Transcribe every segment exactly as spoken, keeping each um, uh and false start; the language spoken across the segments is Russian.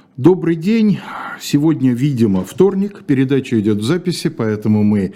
Добрый день. Сегодня, видимо, вторник. Передача идет в записи, поэтому мы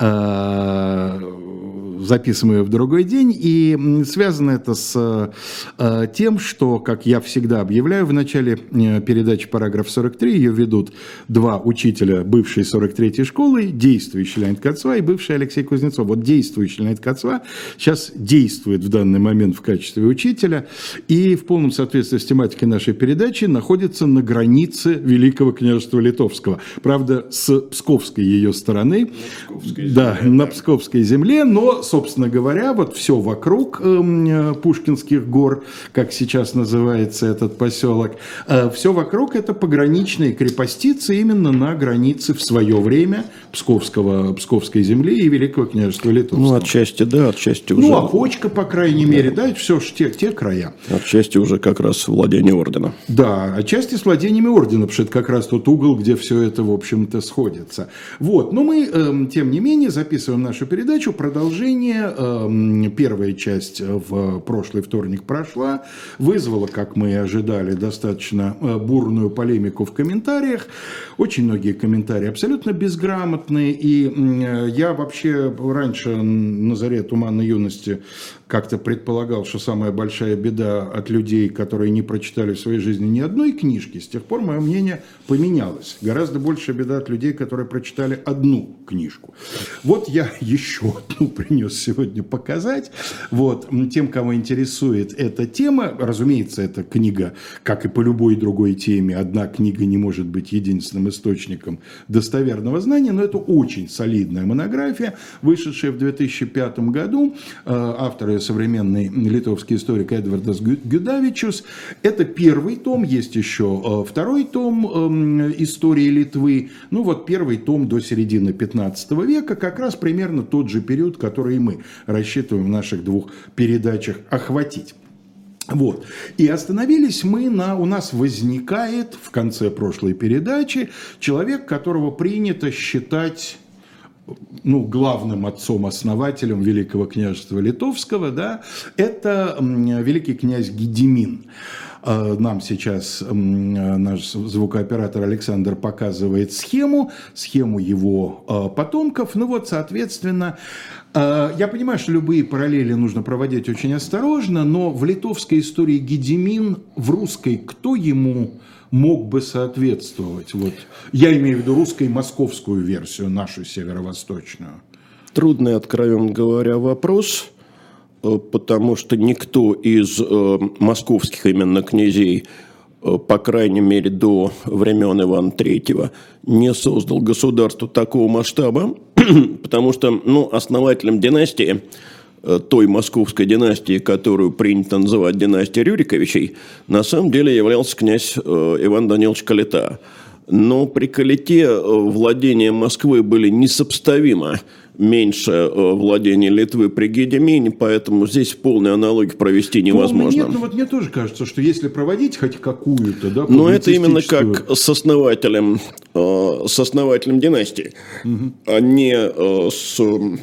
э, записываем ее в другой день. И связано это с э, тем, что, как я всегда объявляю в начале передачи «Параграф сорок три», ее ведут два учителя бывшей сорок третьей школы, действующий Леонид Кацва и бывший Алексей Кузнецов. Вот действующий Леонид Кацва сейчас действует в данный момент в качестве учителя и в полном соответствии с тематикой нашей передачи находится на границе Великого княжества Литовского. Правда, с псковской ее стороны, на да, земле, на Псковской земле, но, собственно говоря, вот все вокруг э, Пушкинских гор, как сейчас называется этот поселок, э, все вокруг это пограничные крепостицы именно на границе в свое время Псковского, Псковской земли и Великого княжества Литовского. Ну, отчасти, да, отчасти уже. Ну, Опочка, по крайней да. мере, да, это все же те, те края. Отчасти уже как раз владение ордена. Да, отчасти с владениями ордена, потому что это как раз тот угол, где все это, в общем-то, сходится. Вот, но мы, э, тем не менее, записываем нашу передачу. Продолжение, э, первая часть в прошлый вторник прошла, вызвала, как мы и ожидали, достаточно бурную полемику в комментариях. Очень многие комментарии абсолютно безграмотные, и э, я вообще раньше, на заре туманной юности, как-то предполагал, что самая большая беда от людей, которые не прочитали в своей жизни ни одной книжки. С тех пор мое мнение поменялось. Гораздо большая беда от людей, которые прочитали одну книжку. Вот я еще одну принес сегодня показать. Вот, тем, кого интересует эта тема, разумеется, эта книга, как и по любой другой теме, одна книга не может быть единственным источником достоверного знания, но это очень солидная монография, вышедшая в две тысячи пятом году. Авторы современный литовский историк Эдвардас Гюдавичус. Это первый том, есть еще второй том э, истории Литвы. Ну вот первый том до середины пятнадцатого века, как раз примерно тот же период, который мы рассчитываем в наших двух передачах охватить. Вот. И остановились мы на... У нас возникает в конце прошлой передачи человек, которого принято считать... ну, главным отцом-основателем Великого княжества Литовского, да, это великий князь Гедимин. Нам сейчас наш звукооператор Александр показывает схему, схему его потомков. Ну вот, соответственно, я понимаю, что любые параллели нужно проводить очень осторожно, но в литовской истории Гедимин, в русской кто ему мог бы соответствовать? Вот. Я имею в виду русско-московскую версию, нашу северо-восточную. Трудный, откровенно говоря, вопрос, потому что никто из московских именно князей, по крайней мере до времен Ивана Третьего, не создал государство такого масштаба, потому что ну, основателем династии, той московской династии, которую принято называть династией Рюриковичей, на самом деле являлся князь Иван Данилович Калита. Но при Калите владения Москвы были несопоставимо меньше владения Литвы при Гедимине, поэтому здесь полной аналогии провести невозможно. Нет, ну вот мне тоже кажется, что если проводить хоть какую-то, да, но это именно как с основателем, с основателем династии, угу. а не с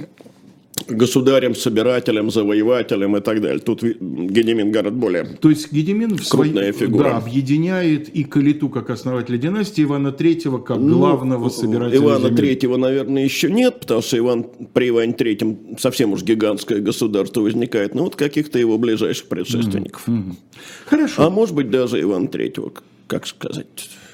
государем, собирателем, завоевателем и так далее. Тут Гедимин гораздо более То есть Гедимин в крупная своей, фигура. Да, объединяет и Калиту как основателя династии, Ивана Третьего как главного ну, собирателя Ивана земель. Третьего, наверное, еще нет, потому что Иван, при Иване Третьем совсем уж гигантское государство возникает. Ну, вот каких-то его ближайших предшественников. Mm-hmm. Хорошо. А может быть, даже Ивана Третьего, как сказать...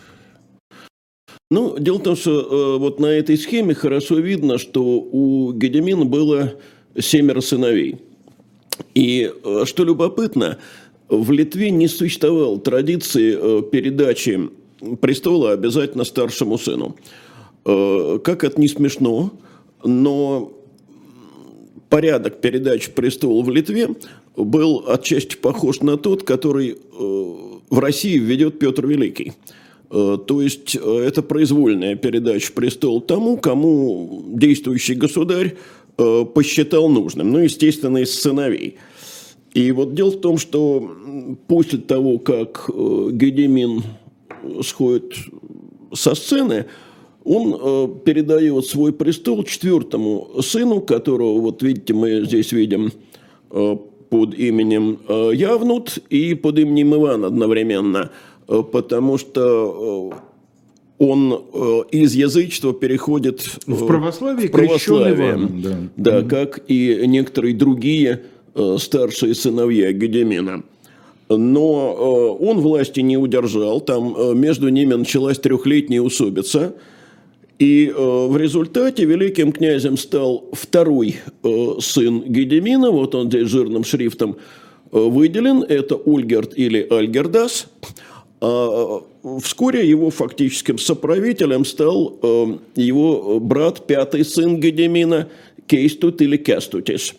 Ну, дело в том, что э, вот на этой схеме хорошо видно, что у Гедимина было семеро сыновей. И, э, что любопытно, в Литве не существовало традиции э, передачи престола обязательно старшему сыну. Э, как это не смешно, но порядок передачи престола в Литве был отчасти похож на тот, который э, в России введет Петр Великий. То есть это произвольная передача престола тому, кому действующий государь посчитал нужным. Ну, естественно, из сыновей. И вот дело в том, что после того, как Гедимин сходит со сцены, он передает свой престол четвертому сыну, которого, вот видите, мы здесь видим под именем Явнут и под именем Иван одновременно. потому что он из язычества переходит в православие, в православие, Иваном, да. Да, Mm-hmm. как и некоторые другие старшие сыновья Гедемина. Но он власти не удержал, там между ними началась трехлетняя усобица, и в результате великим князем стал второй сын Гедемина, вот он здесь жирным шрифтом выделен, это Ольгерд или Альгердас. А вскоре его фактическим соправителем стал его брат, пятый сын Гедемина, Кейстут или Кястутис.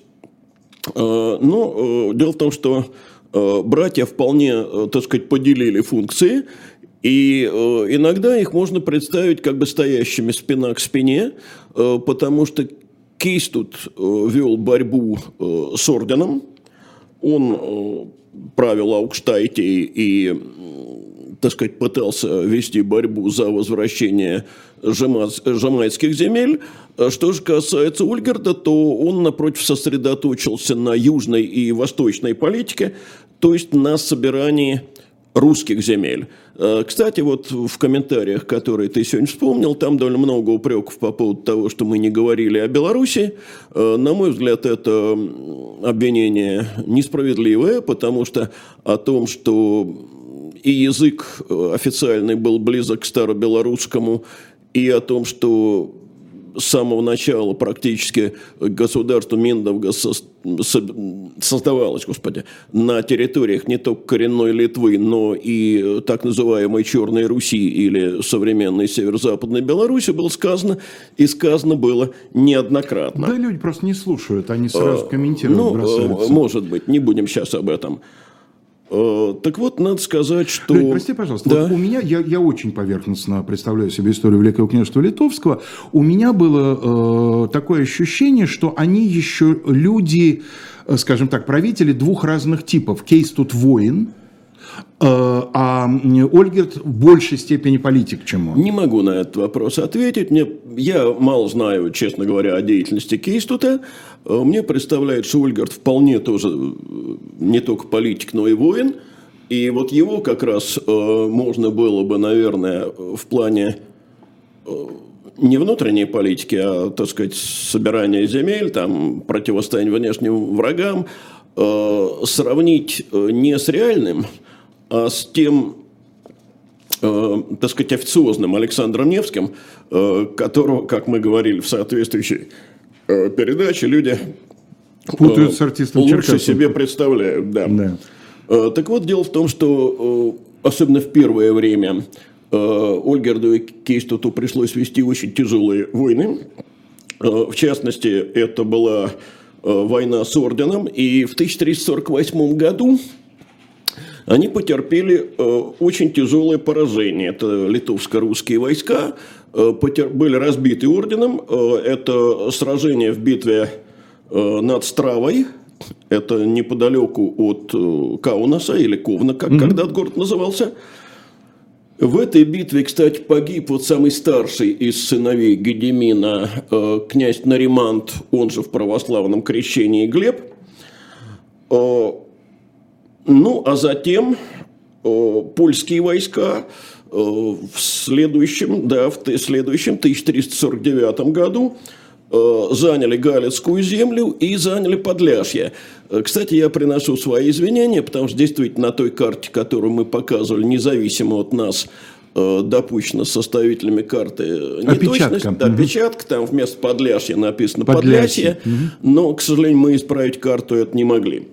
Но дело в том, что братья вполне, так сказать, поделили функции, и иногда их можно представить как бы стоящими спина к спине, потому что Кейстут вел борьбу с орденом, он правил Аукштайтией и, так сказать, пытался вести борьбу за возвращение жамайских земель. Что же касается Ольгерда, то он, напротив, сосредоточился на южной и восточной политике, то есть на собирании русских земель. Кстати, вот в комментариях, которые ты сегодня вспомнил, там довольно много упреков по поводу того, что мы не говорили о Беларуси. На мой взгляд, это обвинение несправедливое, потому что о том, что и язык официальный был близок к старобелорусскому, и о том, что с самого начала практически государство Миндовга создавалось, господи, на территориях не только коренной Литвы, но и так называемой Черной Руси или современной северо-западной Беларуси, было сказано, и сказано было неоднократно. Да, люди просто не слушают, они сразу комментируют, ну, бросаются. Может быть, не будем сейчас об этом. Так вот, надо сказать, что... Лёнь, прости, пожалуйста, да? вот у меня, я, я очень поверхностно представляю себе историю Великого княжества Литовского, у меня было э, такое ощущение, что они еще люди, э, скажем так, правители двух разных типов. Кейстут воин, э, а Ольгерд в большей степени политик, чем он. Не могу на этот вопрос ответить. Мне, я мало знаю, честно говоря, о деятельности Кейстута. Мне представляется, что Ольгерд вполне тоже не только политик, но и воин. И вот его как раз э, можно было бы, наверное, в плане э, не внутренней политики, а, так сказать, собирания земель, там, противостояния внешним врагам, э, сравнить не с реальным, а с тем, э, так сказать, официозным Александром Невским, э, которого, как мы говорили в соответствующей э, передаче, люди путают э, с артистом лучше Черкасовым. себе представляют. Да. Да. Э, так вот, дело в том, что э, особенно в первое время э, Ольгерду и Кейстуту пришлось вести очень тяжелые войны. Э, в частности, это была э, война с орденом, и в тысяча триста сорок восьмом году они потерпели э, очень тяжелое поражение. Это литовско-русские войска э, потер... были разбиты орденом. Э, это сражение в битве э, над Стравой. Это неподалеку от э, Каунаса или Ковна, как mm-hmm. когда-то город назывался. В этой битве, кстати, погиб вот самый старший из сыновей Гедемина, э, князь Наримант, он же в православном крещении Глеб. Э, Ну, а затем э, польские войска э, в следующем, да, в следующем тысяча триста сорок девятом году э, заняли Галицкую землю и заняли Подляшье. Кстати, я приношу свои извинения, потому что действительно на той карте, которую мы показывали, независимо от нас, э, допущено составителями карты неточность. Да, угу. Опечатка, там вместо Подляшья написано Подляшье, угу. Но, к сожалению, мы исправить карту это не могли.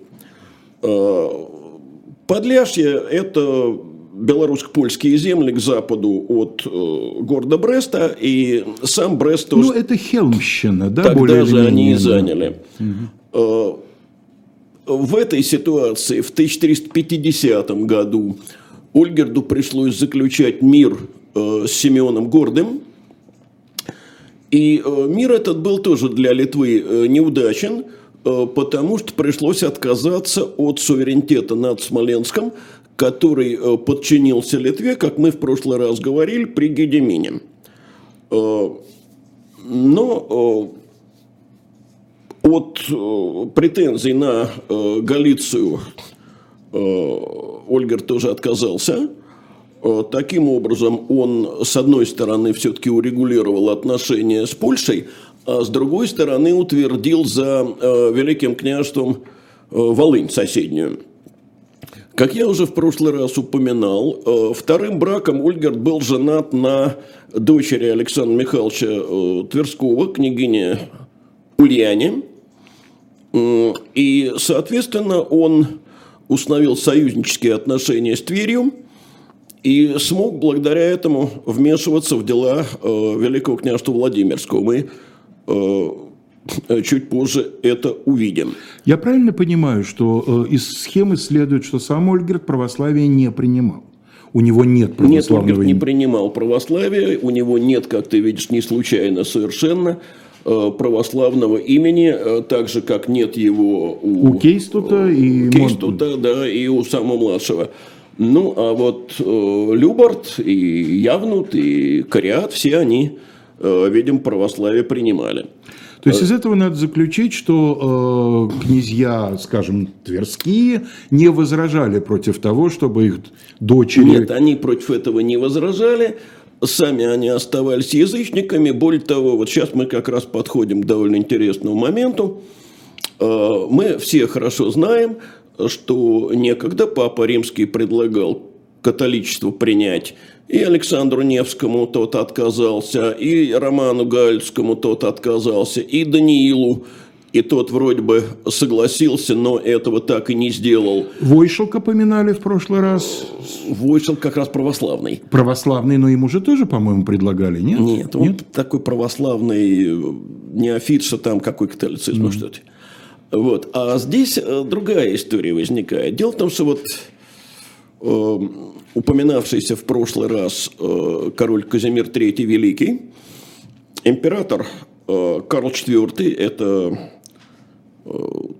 Подляшье – это белорусско-польские земли к западу от э, города Бреста, и сам Брест тоже… Ну, это Хелмщина, да, тогда более же или они менее, и заняли. Да. Э, в этой ситуации в тысяча триста пятидесятом году Ольгерду пришлось заключать мир э, с Симеоном Гордым, и э, мир этот был тоже для Литвы э, неудачен, потому что пришлось отказаться от суверенитета над Смоленском, который подчинился Литве, как мы в прошлый раз говорили, при Гедемине. Но от претензий на Галицию Ольгерд тоже отказался. Таким образом, он, с одной стороны, все-таки урегулировал отношения с Польшей, а с другой стороны, утвердил за Великим княжеством Волынь соседнюю. Как я уже в прошлый раз упоминал, вторым браком Ольгерд был женат на дочери Александра Михайловича Тверского, княгине Ульяне. И, соответственно, он установил союзнические отношения с Тверью и смог благодаря этому вмешиваться в дела Великого княжества Владимирского. Мы чуть позже это увидим. Я правильно понимаю, что из схемы следует, что сам Ольгерд православие не принимал? У него нет православного Нет, Ольгерд не принимал православие, у него нет, как ты видишь, не случайно совершенно православного имени, так же, как нет его у, у Кейстута и Кейстута, да, и у самого младшего. Ну, а вот э, Любард, и Явнут, и Кариат, все они, э, видим, православие принимали. То есть из этого надо заключить, что э, князья, скажем, тверские, не возражали против того, чтобы их дочери... Нет, они против этого не возражали, сами они оставались язычниками. Более того, вот сейчас мы как раз подходим к довольно интересному моменту. Э, мы все хорошо знаем, что некогда Папа Римский предлагал католичество принять, и Александру Невскому тот отказался, и Роману Галицкому тот отказался, и Даниилу, и тот вроде бы согласился, но этого так и не сделал. Войшелка поминали в прошлый раз. Войшелк как раз православный. Православный, но ему же тоже, по-моему, предлагали, нет? Нет, он нет? Такой православный неофит, что там какой католицизм, mm-hmm. что-то. Вот. А здесь другая история возникает. Дело в том, что вот э, упоминавшийся в прошлый раз э, король Казимир третий Великий, император э, Карл четвёртый, это э,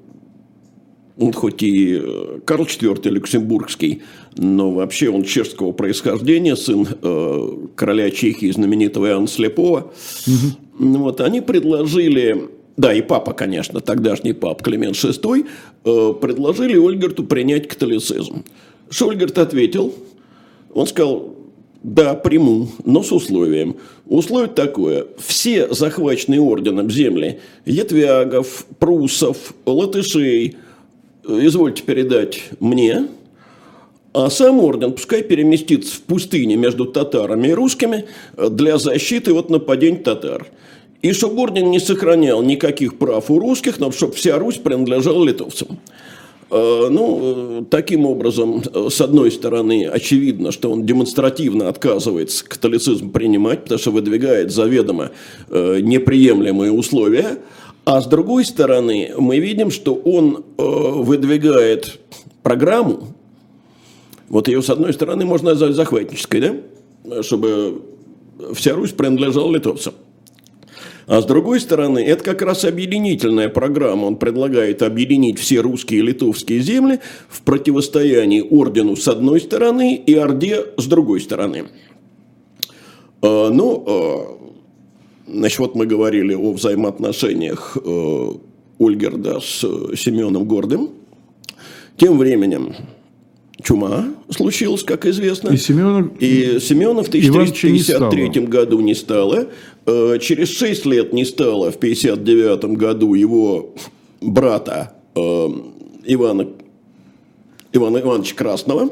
он хоть и Карл четвёртый Люксембургский, но вообще он чешского происхождения, сын э, короля Чехии, знаменитого Иоанна Слепого. Mm-hmm. Вот, они предложили... Да, и папа, конечно, тогдашний папа Климент шестой, э, предложили Ольгерду принять католицизм. Что Ольгерд ответил? Он сказал, да, приму, но с условием. Условие такое, все захваченные орденом земли, ятвягов, пруссов, латышей, извольте передать мне, а сам орден пускай переместится в пустыне между татарами и русскими для защиты от нападений татар. И чтобы орден не сохранял никаких прав у русских, но чтобы вся Русь принадлежала литовцам. Ну, таким образом, с одной стороны, очевидно, что он демонстративно отказывается католицизм принимать, потому что выдвигает заведомо неприемлемые условия. А с другой стороны, мы видим, что он выдвигает программу, вот ее, с одной стороны, можно назвать захватнической, да? Чтобы вся Русь принадлежала литовцам. А с другой стороны, это как раз объединительная программа. Он предлагает объединить все русские и литовские земли в противостоянии ордену с одной стороны и орде с другой стороны. Ну, значит, вот мы говорили о взаимоотношениях Ольгерда с Семеном Гордым. Тем временем чума случилась, как известно. И Семенов, и Семена в тысяча триста пятьдесят третьем году не стало. Через шесть лет не стало в пятьдесят девятом году его брата Ивана, Ивана Ивановича Красного.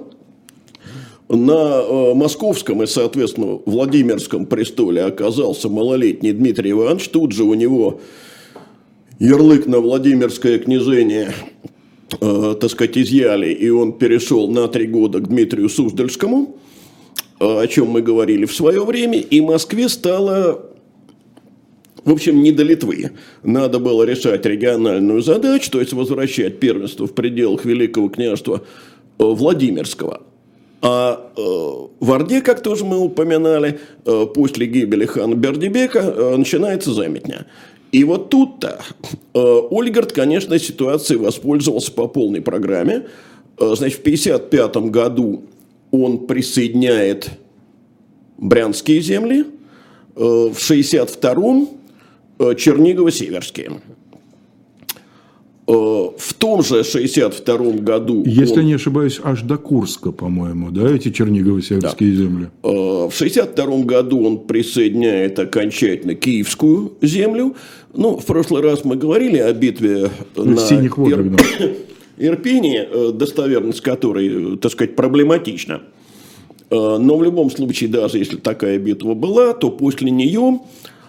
На московском и, соответственно, Владимирском престоле оказался малолетний Дмитрий Иванович. Тут же у него ярлык на Владимирское княжение, так сказать, изъяли, и он перешел на три года к Дмитрию Суздальскому, о чем мы говорили в свое время, и Москве стало, в общем, не до Литвы. Надо было решать региональную задачу, то есть возвращать первенство в пределах Великого княжества Владимирского. А э, в Орде, как тоже мы упоминали, э, после гибели хана Бердибека э, начинается заметня. И вот тут-то э, Ольгерд, конечно, ситуацией воспользовался по полной программе. Э, значит, в пятьдесят пятом году он присоединяет брянские земли, э, в шестьдесят втором э, Чернигово-Северские. В том же шестьдесят втором году... Если он... не ошибаюсь, аж до Курска, по-моему, да, эти Чернигово-Северские да. земли? В шестьдесят втором году он присоединяет окончательно Киевскую землю. Ну, в прошлый раз мы говорили о битве на Синих водах, Ир... да. Ирпени, достоверность которой, так сказать, проблематична. Но в любом случае, даже если такая битва была, то после нее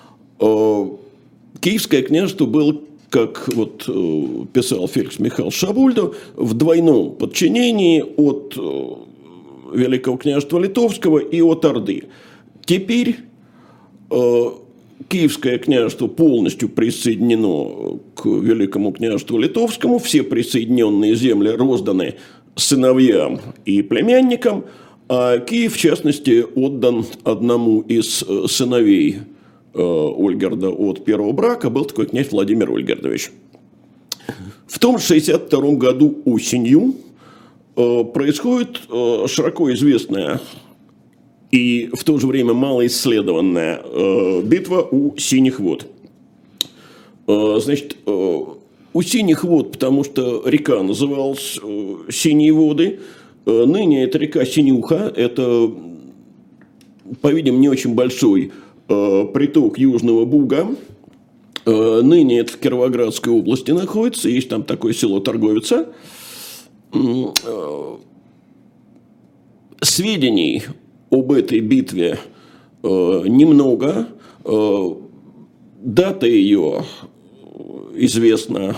Киевское княжество было, как вот э, писал Феликс Михайлович Шабульда, в двойном подчинении от э, Великого княжества Литовского и от Орды. Теперь э, Киевское княжество полностью присоединено к Великому княжеству Литовскому, все присоединенные земли розданы сыновьям и племянникам, а Киев, в частности, отдан одному из сыновей Ольгерда от первого брака, был такой князь Владимир Ольгердович. В том же шестьдесят втором году осенью происходит широко известная и в то же время малоисследованная битва у Синих вод. Значит, у Синих вод, потому что река называлась Синие воды, ныне это река Синюха, это, по-видимому, не очень большой приток Южного Буга. Ныне это в Кировоградской области находится. Есть там такое село Торговица. Сведений об этой битве немного. Дата ее известна.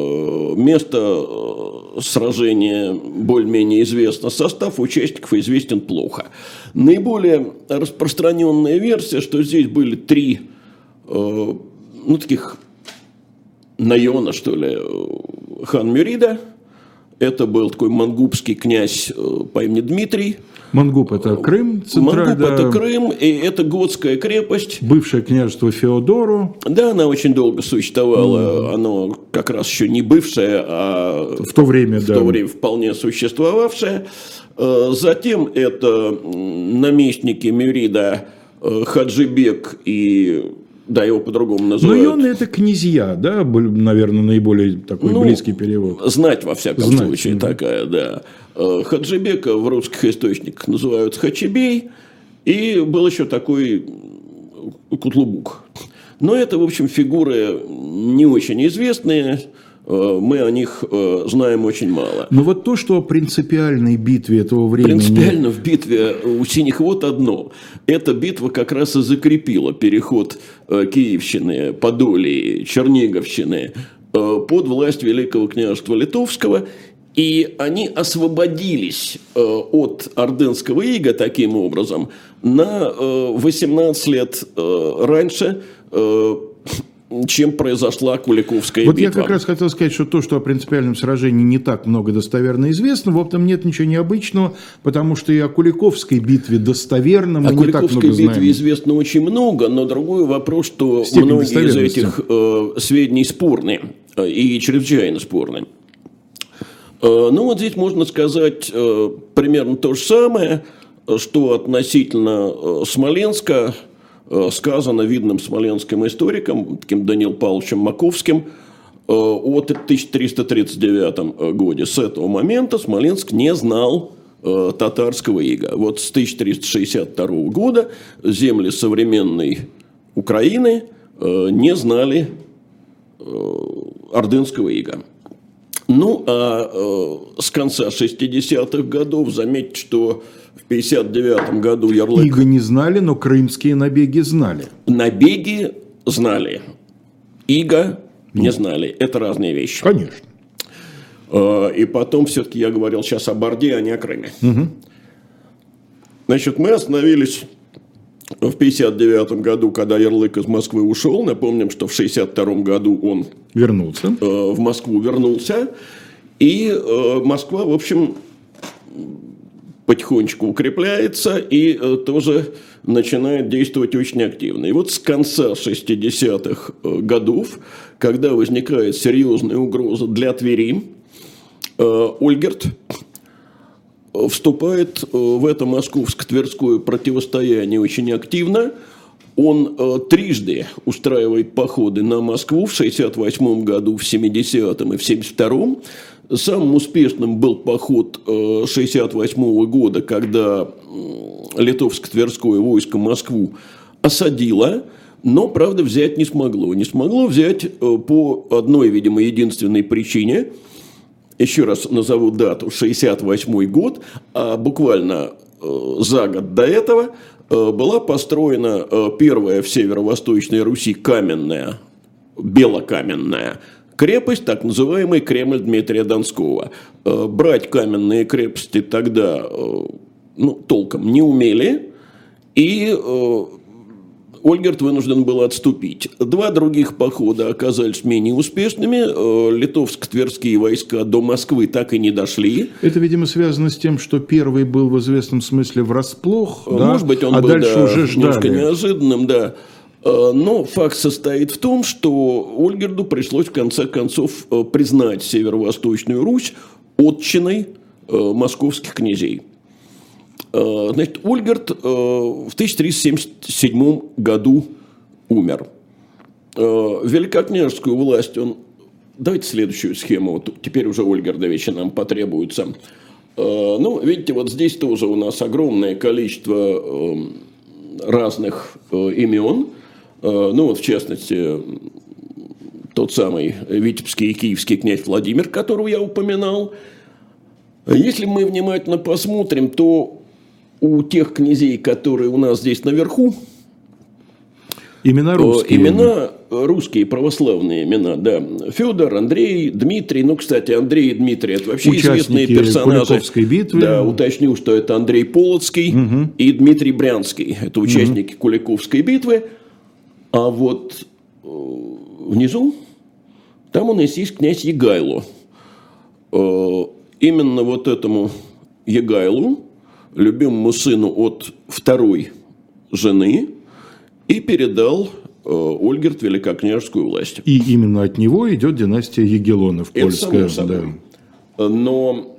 Место сражения более-менее известно. Состав участников известен плохо. Наиболее распространенная версия, что здесь были три, ну, таких наёна, что ли, хан Мюрида. Это был такой мангубский князь по имени Дмитрий. Мангуб – это Крым, центральный. Мангуб – это Крым, и это готская крепость. Бывшее княжество Феодору. Да, она очень долго существовала. Mm. Оно как раз еще не бывшее, а в то время, в да. то время вполне существовавшее. Затем это наместники Мюрида Хаджибек и... Да, его по-другому называют. Ну, и он это князья, да, наверное, наиболее такой ну, близкий перевод. Знать, во всяком знать, случае, да. Такая, да. Хаджибека в русских источниках называют Хачебей, и был еще такой Кутлубук. Но это, в общем, фигуры не очень известные, мы о них знаем очень мало. Но вот то, что о принципиальной битве этого времени... Принципиально в битве у Синих вод одно. Эта битва как раз и закрепила переход Киевщины, Подолии, Черниговщины под власть Великого княжества Литовского. И они освободились от ордынского ига таким образом на восемнадцать лет раньше, чем произошла Куликовская вот битва. Вот я как раз хотел сказать, что то, что о принципиальном сражении не так много достоверно известно, в этом нет ничего необычного, потому что и о Куликовской битве достоверно мы не так много знаем. О Куликовской битве известно очень много, но другой вопрос, что степень многие из этих э, сведений спорны э, и чрезвычайно спорны. Э, ну вот здесь можно сказать э, примерно то же самое, что относительно э, Смоленска сказано видным смоленским историком, таким Даниилом Павловичем Маковским, о тысяча триста тридцать девятом году. С этого момента Смоленск не знал татарского ига. Вот с тысяча триста шестьдесят второго года земли современной Украины не знали ордынского ига. Ну, а с конца шестидесятых годов, заметьте, что в пятьдесят девятом году Ярлык... Иго не знали, но крымские набеги знали. Набеги знали. Иго не знали. Это разные вещи. Конечно. И потом все-таки я говорил сейчас о Орде, а не о Крыме. Угу. Значит, мы остановились в пятьдесят девятом году, когда Ярлык из Москвы ушел. Напомним, что в шестьдесят втором году он... Вернулся. В Москву вернулся. И Москва, в общем... потихонечку укрепляется и э, тоже начинает действовать очень активно. И вот с конца шестидесятых годов, когда возникает серьезная угроза для Твери, э, Ольгерд вступает в это московско-тверское противостояние очень активно. Он э, трижды устраивает походы на Москву в шестьдесят восьмом году, в семидесятом и в семьдесят втором. Самым успешным был поход э, шестьдесят восьмого года, когда э, литовско-тверское войско Москву осадило, но, правда, взять не смогло. Не смогло взять э, по одной, видимо, единственной причине. Еще раз назову дату, шестьдесят восьмой год, а буквально э, за год до этого э, была построена э, первая в северо-восточной Руси каменная, белокаменная крепость, так называемый Кремль Дмитрия Донского. Э, брать каменные крепости тогда э, ну, толком не умели, и э, Ольгерт вынужден был отступить. Два других похода оказались менее успешными. Литовско-тверские войска до Москвы так и не дошли. Это, видимо, связано с тем, что первый был в известном смысле врасплох, Может да? быть, он а был дальше да, уже ждали. немножко неожиданным, да. Но факт состоит в том, что Ольгерду пришлось в конце концов признать Северо-Восточную Русь отчиной московских князей. Значит, Ольгерт в тысяча триста семьдесят седьмом году умер. Великокняжескую власть он... Давайте следующую схему. Вот теперь уже Ольгердовичи нам потребуются. Ну, видите, вот здесь тоже у нас огромное количество разных имен. Ну, вот в частности, тот самый витебский и киевский князь Владимир, которого я упоминал. Если мы внимательно посмотрим, то у тех князей, которые у нас здесь наверху, имена русские. Имена русские, православные имена, да. Федор, Андрей, Дмитрий. Ну, кстати, Андрей и Дмитрий – это вообще участники известные персонажи. Куликовской битвы. Да, уточню, что это Андрей Полоцкий угу. и Дмитрий Брянский. Это участники угу. Куликовской битвы. А вот внизу, там у нас есть князь Егайло. Именно вот этому Егайлу, любимому сыну от второй жены, и передал э, Ольгерт великокняжескую власть. И именно от него идет династия Егелонов, польская. Это само собой. Да. Но,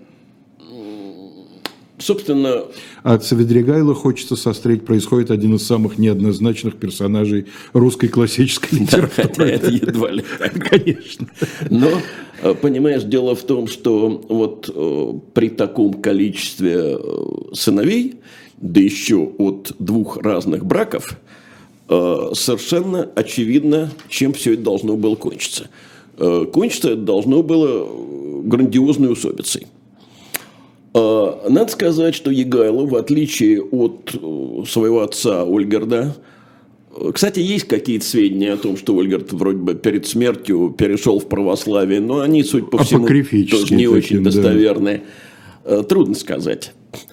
собственно... От Свидригайла, хочется сострить, происходит один из самых неоднозначных персонажей русской классической литературы. Это едва ли так. Конечно. Но, понимаешь, дело в том, что вот при таком количестве сыновей, да еще от двух разных браков, совершенно очевидно, чем все это должно было кончиться. Кончиться это должно было грандиозной усобицей. Надо сказать, что Егайло, в отличие от своего отца Ольгерда, кстати, есть какие-то сведения о том, что Ольгерд вроде бы перед смертью перешел в православие, но они, судя по всему, тоже не очень достоверные. Да. Трудно сказать.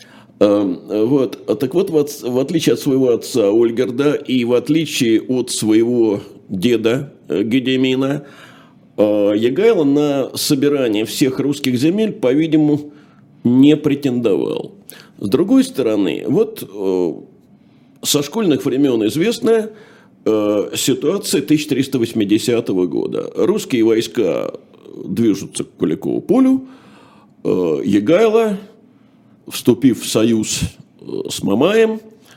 Вот. Так вот, в отличие от своего отца Ольгерда и в отличие от своего деда Гедемина, Егайло на собирание всех русских земель, по-видимому, не претендовал. С другой стороны, вот э, со школьных времен известная э, ситуация тысяча триста восьмидесятого года. Русские войска движутся к Куликову полю. Э, Егайло, вступив в союз с Мамаем,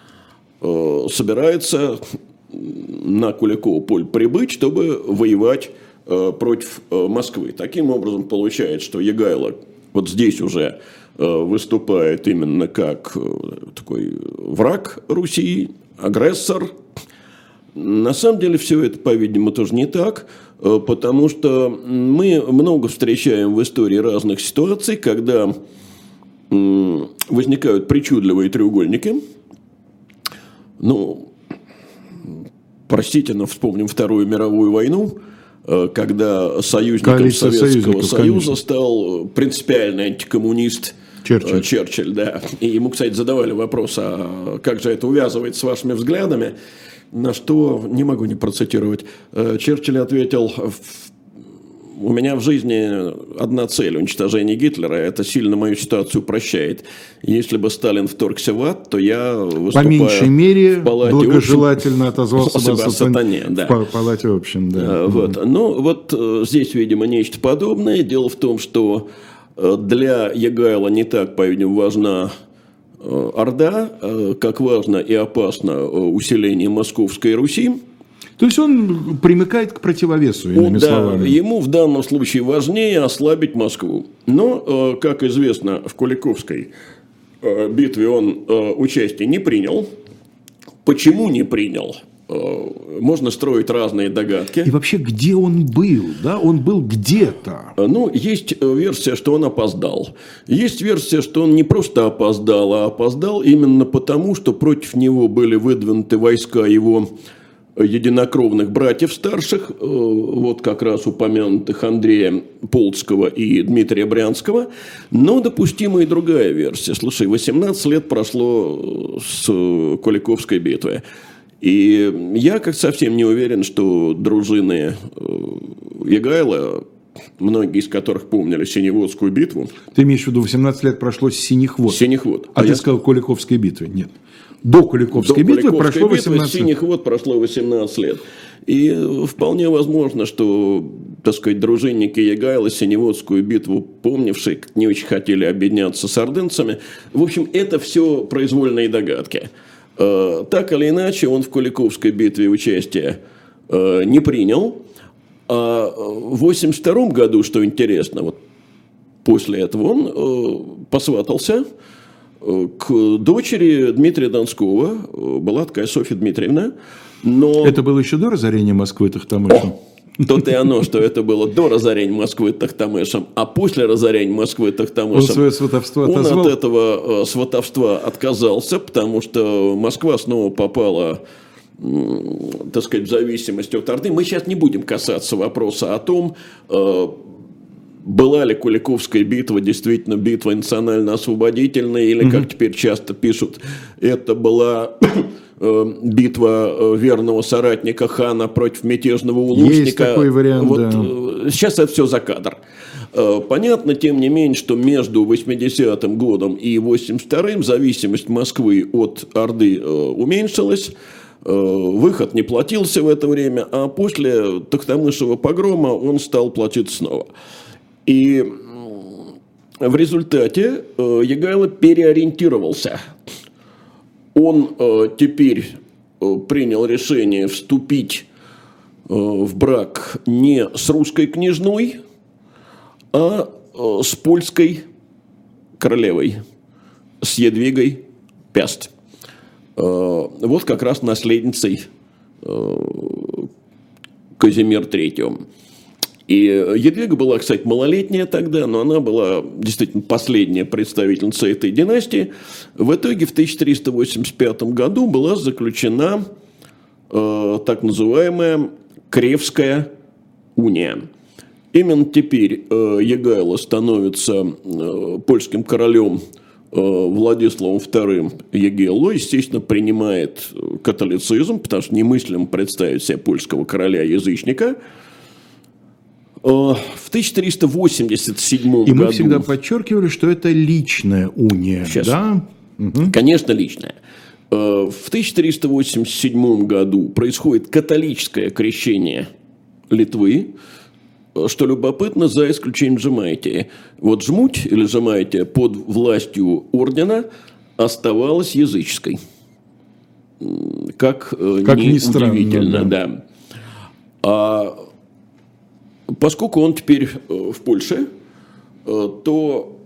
э, собирается на Куликово поле прибыть, чтобы воевать э, против э, Москвы. Таким образом, получается, что Егайло вот здесь уже выступает именно как такой враг Руси, агрессор. На самом деле все это, по-видимому, тоже не так, потому что мы много встречаем в истории разных ситуаций, когда возникают причудливые треугольники. Ну, простите, но вспомним Вторую мировую войну, когда союзником Коалиция Советского Союза конечно. Стал принципиальный антикоммунист Черчилль. Черчилль, да. И ему, кстати, задавали вопрос, а как же это увязывается с вашими взглядами, на что, не могу не процитировать, Черчилль ответил: у меня в жизни одна цель – уничтожение Гитлера. Это сильно мою ситуацию упрощает. Если бы Сталин вторгся в ад, то я выступаю по меньшей мере в палате благожелательно отозвался бы о сатане. Да. В палате общем, да. Вот. Ну, вот здесь, видимо, нечто подобное. Дело в том, что для Егайла не так, по-видимому, важна Орда, как важно и опасно усиление Московской Руси. То есть он примыкает к противовесу, иными да, словами. Ему в данном случае важнее ослабить Москву. Но, как известно, в Куликовской битве он участие не принял. Почему не принял? Можно строить разные догадки. И вообще, где он был? Да? Он был где-то. Ну, есть версия, что он опоздал. Есть версия, что он не просто опоздал, а опоздал именно потому, что против него были выдвинуты войска его единокровных братьев старших, вот как раз упомянутых Андрея Полцкого и Дмитрия Брянского, но допустима и другая версия. Слушай, восемнадцать лет прошло с Куликовской битвы, и я как совсем не уверен, что дружины Егайла, многие из которых помнили Синеводскую битву... Ты имеешь в виду, восемнадцать лет прошло с Синих вод? Синих вод. А, а ты я... сказал Куликовской битвы? Нет. До Куликовской До битвы Куликовской прошло битвы, восемнадцать лет. Синих вод прошло восемнадцать лет. И вполне возможно, что, так сказать, дружинники Егайла Синеводскую битву помнившие, не очень хотели объединяться с ордынцами. В общем, это все произвольные догадки. Так или иначе, он в Куликовской битве участия не принял. А в восемьдесят втором году, что интересно, вот после этого он посватался к дочери Дмитрия Донского. Была такая Софья Дмитриевна. Но... Это было еще до разорения Москвы Тохтамышем? То-то и оно, что это было до разорения Москвы Тохтамышем, а после разорения Москвы Тохтамышем он свое сватовство он отозвал? от этого сватовства отказался, потому что Москва снова попала, так сказать, в зависимость от Орды. Мы сейчас не будем касаться вопроса о том, была ли Куликовская битва действительно битва национально-освободительная, или, как теперь часто пишут, это была... битва верного соратника хана против мятежного улусника. Есть такой вариант, вот, да. Сейчас это все за кадр. Понятно, тем не менее, что между восьмидесятым годом и восемьдесят вторым зависимость Москвы от Орды уменьшилась. Выход не платился в это время, а после Тохтамышева погрома он стал платить снова. И в результате Егайло переориентировался. Он э, теперь э, принял решение вступить э, в брак не с русской княжной, а э, с польской королевой, с Едвигой Пяст. Э, вот как раз наследницей э, Казимира третьего. И Едвига была, кстати, малолетняя тогда, но она была действительно последняя представительница этой династии. В итоге в тысяча триста восемьдесят пятом году была заключена э, так называемая Кревская уния. Именно теперь э, Егайло становится э, польским королем э, Владиславом вторым Егелло, естественно, принимает католицизм, потому что немыслимо представить себе польского короля-язычника. В тысяча триста восемьдесят седьмом году... И мы всегда подчеркивали, что это личная уния. Сейчас. Да? Угу. Конечно, личная. В тысяча триста восемьдесят седьмом году происходит католическое крещение Литвы, что любопытно, за исключением Жемайтии. Вот Жмуть или Жемайтия под властью ордена оставалась языческой. Как, как ни ни странно, удивительно, да. да. А поскольку он теперь в Польше, то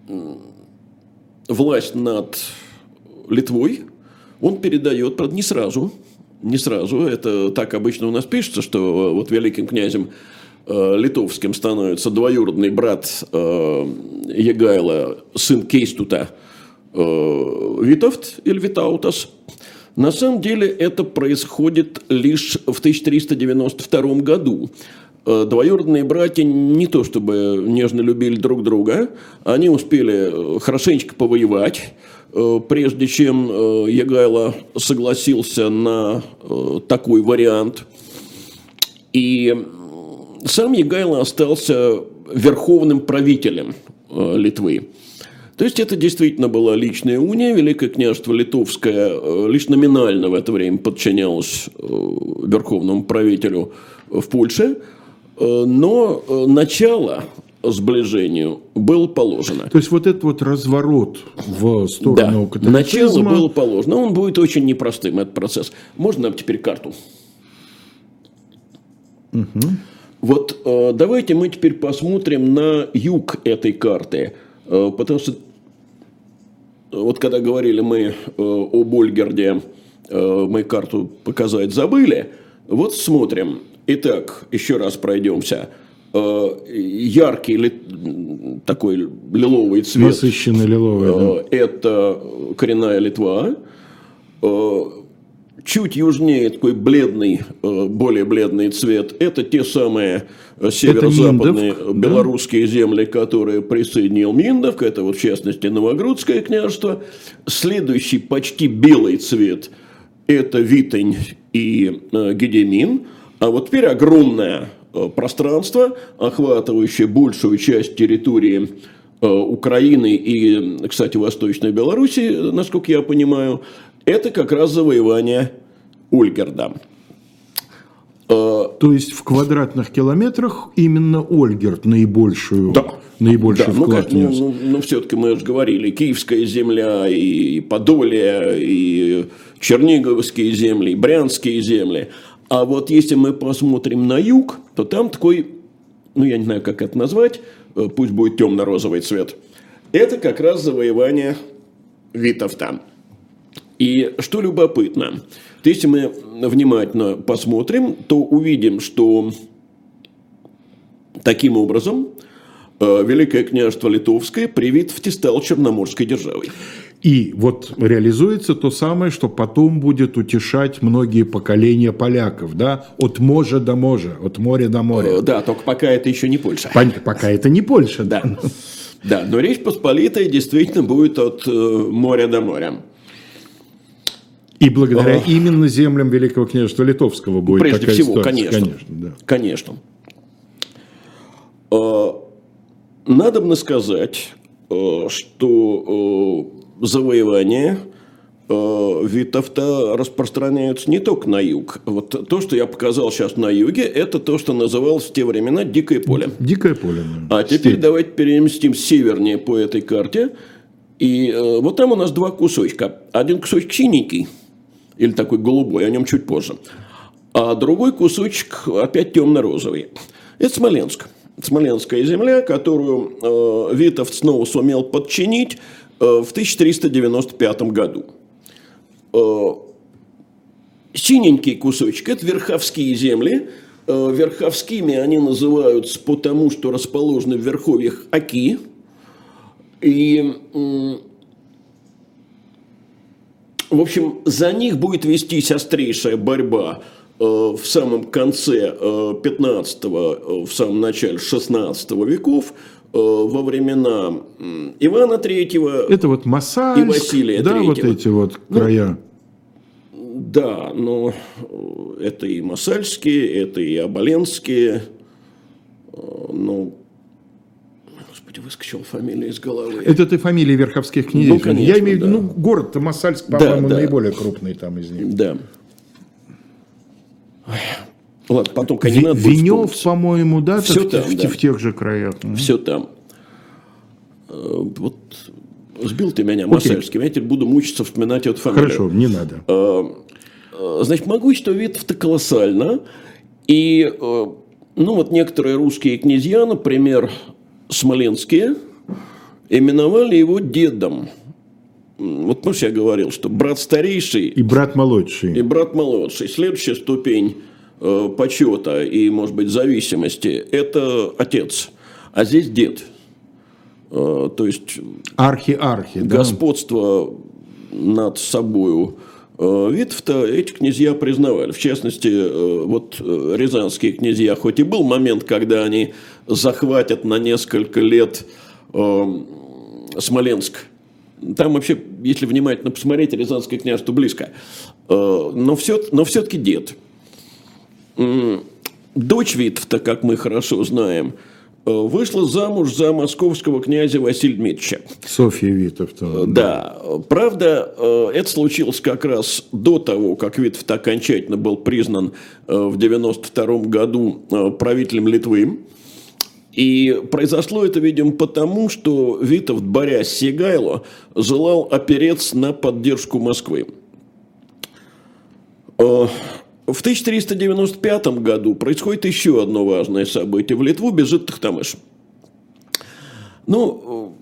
власть над Литвой он передает, правда, не сразу, не сразу. Это так обычно у нас пишется, что вот великим князем литовским становится двоюродный брат Егайла, сын Кейстута, Витовт или Витаутас. На самом деле это происходит лишь в тысяча триста девяносто втором году. Двоюродные братья не то чтобы нежно любили друг друга, они успели хорошенечко повоевать, прежде чем Егайло согласился на такой вариант. И сам Егайло остался верховным правителем Литвы. То есть это действительно была личная уния. Великое княжество Литовское лишь номинально в это время подчинялось верховному правителю в Польше. Но начало сближению было положено. То есть вот этот вот разворот в сторону да, католицизма... начало было положено. Он будет очень непростым, этот процесс. Можно нам теперь карту? Угу. Вот э, давайте мы теперь посмотрим на юг этой карты. Э, потому что вот когда говорили мы э, об Ольгерде, э, мы карту показать забыли. Вот смотрим. Итак, еще раз пройдемся. Э, яркий ли, такой лиловый цвет. Насыщенный лиловый, э, да. Это коренная Литва. Э, Чуть южнее такой бледный, более бледный цвет. Это те самые северо-западные Миндовк, белорусские да? земли, которые присоединил Миндовк. Это вот в частности Новогрудское княжество. Следующий почти белый цвет – это Витень и Гедемин. А вот теперь огромное пространство, охватывающее большую часть территории Украины и, кстати, Восточной Белоруссии, насколько я понимаю, это как раз завоевание Ольгерда. То есть в квадратных километрах именно Ольгерд наибольшую, да. наибольший да. вклад ну, внес. Ну, ну, ну, все-таки мы же говорили, Киевская земля, и Подолье, и Черниговские земли, и Брянские земли. А вот если мы посмотрим на юг, то там такой, ну я не знаю, как это назвать, пусть будет темно-розовый цвет. Это как раз завоевание Витовта. И что любопытно, то если мы внимательно посмотрим, то увидим, что таким образом Великое княжество Литовское при Витовте стало Черноморской державой. И вот реализуется то самое, что потом будет утешать многие поколения поляков, да, от можа до можа, от моря до моря. Да, только пока это еще не Польша. Пока это не Польша, да. Да, да, но Речь Посполитая действительно будет от моря до моря. И благодаря О. именно землям Великого княжества Литовского будет Прежде такая всего, ситуация. конечно. Конечно, да. Конечно. Надобно сказать, что завоевания Витовта распространяются не только на юг. Вот то, что я показал сейчас на юге, это то, что называлось в те времена Дикое поле. Дикое поле. Да. А теперь Степь. давайте переместим севернее по этой карте. И вот там у нас два кусочка. Один кусочек синенький, или такой голубой, о нем чуть позже. А другой кусочек опять темно-розовый. Это Смоленск. Смоленская земля, которую э, Витовт снова сумел подчинить э, в тысяча триста девяносто пятом году. Э, синенький кусочек – это Верховские земли. Э, Верховскими они называются потому, что расположены в верховьях Оки. И, э, в общем, за них будет вестись острейшая борьба в самом конце пятнадцатого, в самом начале шестнадцатого веков, во времена Ивана Третьего это вот Масальск, и Василия да, Третьего. Вот эти вот края. Ну, да, но это и Масальские, это и Оболенские. Ну, господи, выскочила фамилия из головы. Это ты фамилии верховских князей. Ну, конечно, я имею в виду, да. ну, город-то Масальск, по-моему, да, да. наиболее крупный там из них. Да. Ладно, потом, конечно, надо будет Венев, вспомнить. по-моему, да, Все в, там, в, да. в тех же краях. Все там. Вот сбил ты меня, Масальский. Я теперь буду мучиться вспоминать эту фамилию. Хорошо, не надо. Значит, могущество Витовта колоссально. И, ну, вот некоторые русские князья, например, смоленские, именовали его дедом. Вот помнишь, я говорил, что брат старейший и брат молодший. И брат молодший. Следующая ступень э, почета и, может быть, зависимости – это отец. А здесь дед. Э, то есть архи-архи, господство да? над собою э, Витовта эти князья признавали. В частности, э, вот э, рязанские князья, хоть и был момент, когда они захватят на несколько лет э, Смоленск. Там вообще, если внимательно посмотреть, Рязанское княжество близко. Но, все, но все-таки дед. Дочь Витовта, как мы хорошо знаем, вышла замуж за московского князя Василия Дмитриевича. Софья Витовта. Да. Правда, это случилось как раз до того, как Витовт окончательно был признан в девяносто втором году правителем Литвы. И произошло это, видимо, потому, что Витовт, борясь с Егайло, желал опереться на поддержку Москвы. В тысяча триста девяносто пятом году происходит еще одно важное событие. В Литву бежит Тохтамыш. Ну,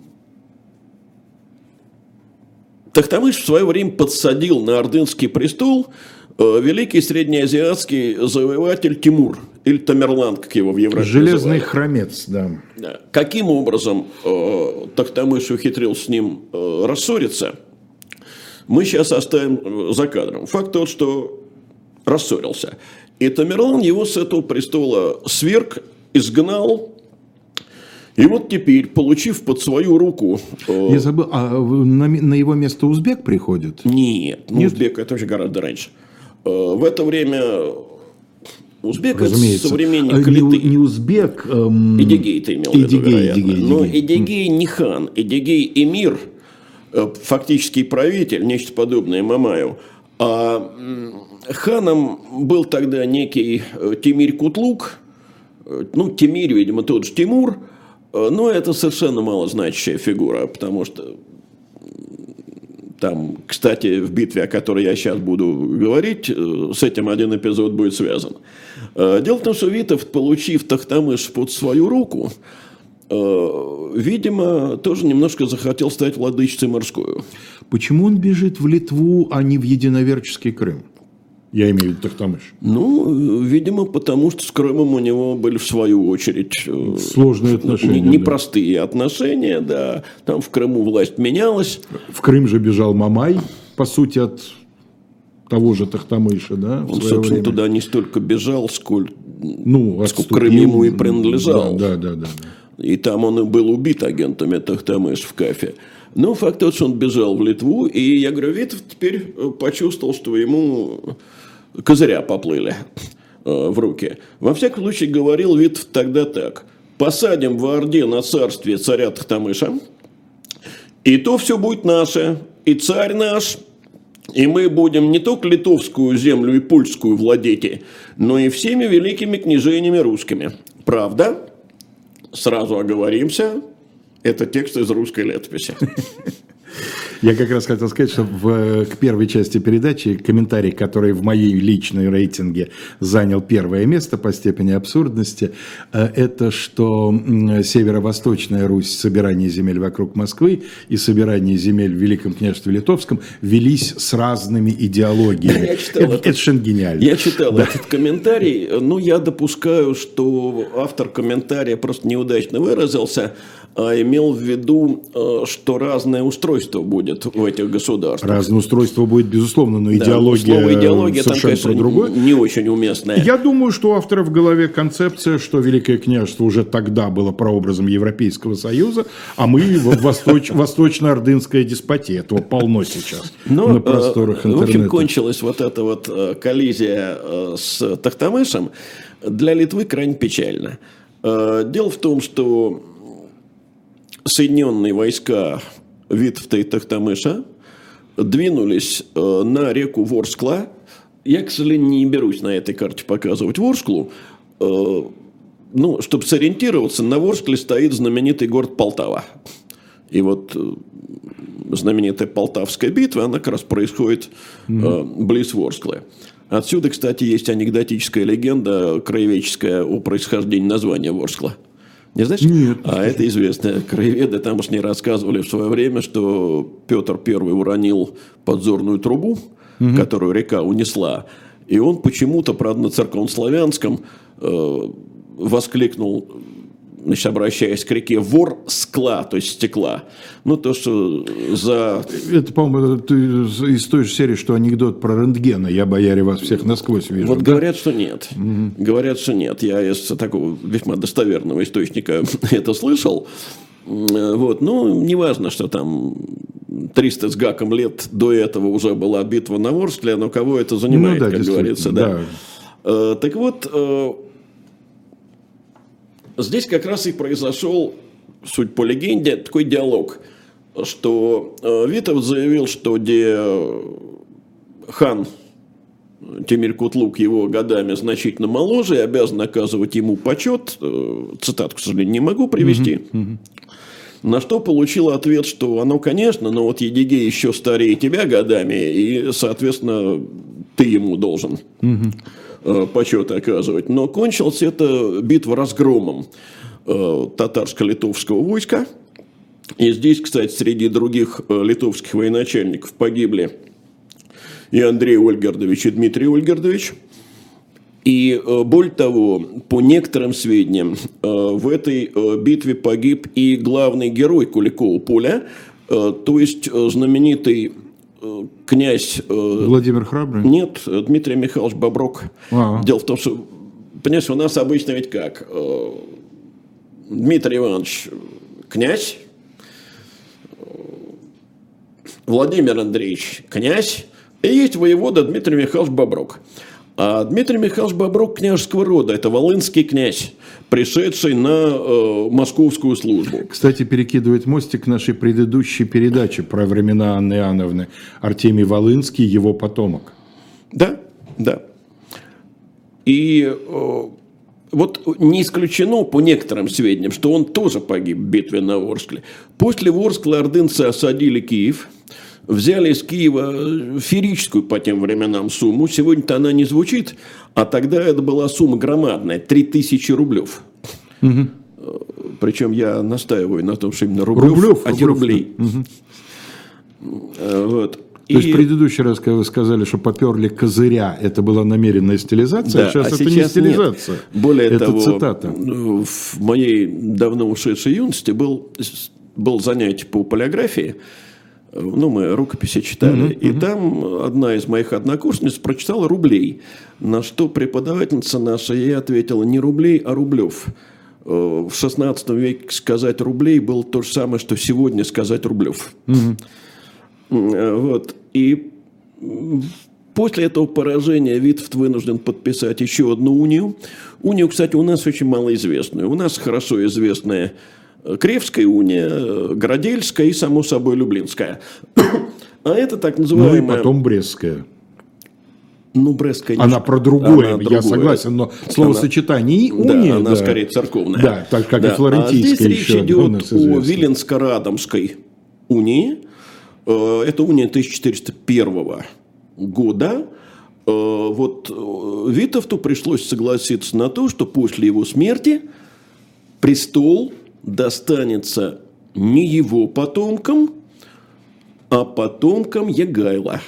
Тохтамыш в свое время подсадил на ордынский престол великий среднеазиатский завоеватель Тимур, или Тамерлан, как его в Европе Железный называют. хромец, да. Каким образом э, Тохтамыш ухитрился с ним э, рассориться, мы сейчас оставим за кадром. Факт тот, что рассорился. И Тамерлан его с этого престола сверг, изгнал. И вот теперь, получив под свою руку... Э, Я забыл, а на, на его место узбек приходит? Нет, ну, Нет? узбек это уже гораздо раньше. Э, в это время узбек Разумеется. это современник не, Литы. не узбек... Эм... Эдигей ты имел в виду, Эдигей, вероятно. Эдигей, Но Эдигей. Эдигей не хан. Эдигей эмир, э, фактический правитель, нечто подобное Мамаю. А м, ханом был тогда некий э, Тимир Кутлук. Э, ну, Тимир, видимо, тот же Тимур. Э, но это совершенно малозначащая фигура, потому что там, кстати, в битве, о которой я сейчас буду говорить, э, с этим один эпизод будет связан. Э, дело в том, что Витовт, получив Тохтамыш под свою руку, э, видимо, тоже немножко захотел стать владычицей морскую. Почему он бежит в Литву, а не в единоверческий Крым? Я имею в виду Тохтамыш. Ну, видимо, потому что с Крымом у него были, в свою очередь, э, Сложные отношения. не- непростые да. отношения, да. Там в Крыму власть менялась. В Крым же бежал Мамай, по сути, от того же Тохтамыша, да? в Он, свое собственно, время. туда не столько бежал, сколько, Ну, сколько отступил. Крым ему и принадлежал. Да, да, да. да. И там он и был убит агентами Тохтамыш в Кафе. Но факт тот, что он бежал в Литву, и я говорю, Витовт теперь почувствовал, что ему козыря поплыли э, в руки. Во всяком случае, говорил Витовт тогда так. Посадим в Орде на царстве царя Тохтамыша, и то все будет наше, и царь наш, и мы будем не только литовскую землю и польскую владеть, но и всеми великими княжениями русскими. Правда? Сразу оговоримся, это текст из русской летописи. Я как раз хотел сказать, что в, к первой части передачи комментарий, который в моей личной рейтинге занял первое место по степени абсурдности, это что Северо-Восточная Русь, собирание земель вокруг Москвы и собирание земель в Великом княжестве Литовском велись с разными идеологиями. Я читал это, этот, это совершенно гениально. Я читал да. этот комментарий, но я допускаю, что автор комментария просто неудачно выразился, а имел в виду, что разное устройство будет в этих государствах. Разное устройство будет, безусловно, но Да, идеология, слово идеология там, совершенно конечно, про другое. не очень уместная. Я думаю, что у автора в голове концепция, что Великое княжество уже тогда было прообразом Европейского Союза, а мы в восточ, восточно-ордынская деспотия. Этого полно сейчас Но, на просторах интернета. В общем, кончилась вот эта вот коллизия с Тохтамышем для Литвы крайне печально. Дело в том, что соединенные войска Витовта и Тохтамыша двинулись на реку Ворскла. Я, к сожалению, не берусь на этой карте показывать Ворсклу. Ну, чтобы сориентироваться, на Ворскле стоит знаменитый город Полтава. И вот знаменитая Полтавская битва, она как раз происходит mm-hmm. близ Ворсклы. Отсюда, кстати, есть анекдотическая легенда краеведческая о происхождении названия Ворскла. Не знаешь? Нет. А это известно. Краеведы тамошние рассказывали в свое время, что Петр Первый уронил подзорную трубу, угу. которую река унесла. И он почему-то, правда, на церковнославянском э, воскликнул, значит, обращаясь к реке, вор скла, то есть стекла. Ну, то, что за... Это, по-моему, из той же серии, что анекдот про рентгена. Я, бояре, вас всех насквозь вижу. Вот да? говорят, что нет. Угу. Говорят, что нет. Я из такого весьма достоверного источника это слышал. Вот. Ну, неважно, что там триста с гаком лет до этого уже была битва на Ворскле, но кого это занимает, ну, да, как говорится. Да. Да. Так вот, здесь как раз и произошел, суть по легенде, такой диалог, что Витовт заявил, что где хан Темир Кутлук его годами значительно моложе и обязан оказывать ему почет. Цитату, к сожалению, не могу привести. Mm-hmm. Mm-hmm. На что получил ответ, что оно, конечно, но вот Едигей еще старее тебя годами, и, соответственно, ты ему должен mm-hmm. почет оказывать. Но кончилась эта битва разгромом татарско-литовского войска. И здесь, кстати, среди других литовских военачальников погибли и Андрей Ольгердович, и Дмитрий Ольгердович. И более того, по некоторым сведениям, в этой битве погиб и главный герой Куликова поля, то есть знаменитый князь... Владимир Храбрый? Нет, Дмитрий Михайлович Боброк. А-а. Дело в том, что, понимаете, у нас обычно ведь как? Дмитрий Иванович князь, Владимир Андреевич князь, и есть воевода Дмитрий Михайлович Боброк. А Дмитрий Михайлович Боброк княжеского рода, это волынский князь, пришедший на э, московскую службу. Кстати, перекидывает мостик к нашей предыдущей передаче про времена Анны Иоанновны. Артемий Волынский, его потомок. Да, да. И э, вот не исключено, по некоторым сведениям, что он тоже погиб в битве на Ворскле. После Ворскла ордынцы осадили Киев. Взяли из Киева феерическую по тем временам сумму. Сегодня-то она не звучит, а тогда это была сумма громадная. три тысячи рублев. Угу. Причем я настаиваю на том, что именно рублев, рублев а не рублей. Угу. Вот. То и... есть в предыдущий раз, когда вы сказали, что поперли козыря, это была намеренная стилизация, да, сейчас а это сейчас не стилизация. Нет. Более это того, цитата. В моей давно ушедшей юности был, был занятие по полиографии. Ну, мы рукописи читали, mm-hmm, и mm-hmm. там одна из моих однокурсниц прочитала рублей, на что преподавательница наша ей ответила не рублей, а рублев. В шестнадцатом веке сказать рублей было то же самое, что сегодня сказать рублев. Mm-hmm. Вот. И после этого поражения Витовт вынужден подписать еще одну унию. Унию, кстати, у нас очень малоизвестную. У нас хорошо известная Кревская уния, Градельская и, само собой, Люблинская. А это так называемая... Ну и потом Брестская. Ну, Брестская... Она про другое, она я другое. Согласен, но словосочетание она... уния... Да, она да. скорее церковная. Да, так как да. и флорентийская. А здесь речь идет о Виленско-Радомской унии. Это уния тысяча четыреста первого года. Вот Витовту пришлось согласиться на то, что после его смерти престол достанется не его потомкам, а потомкам Егайла.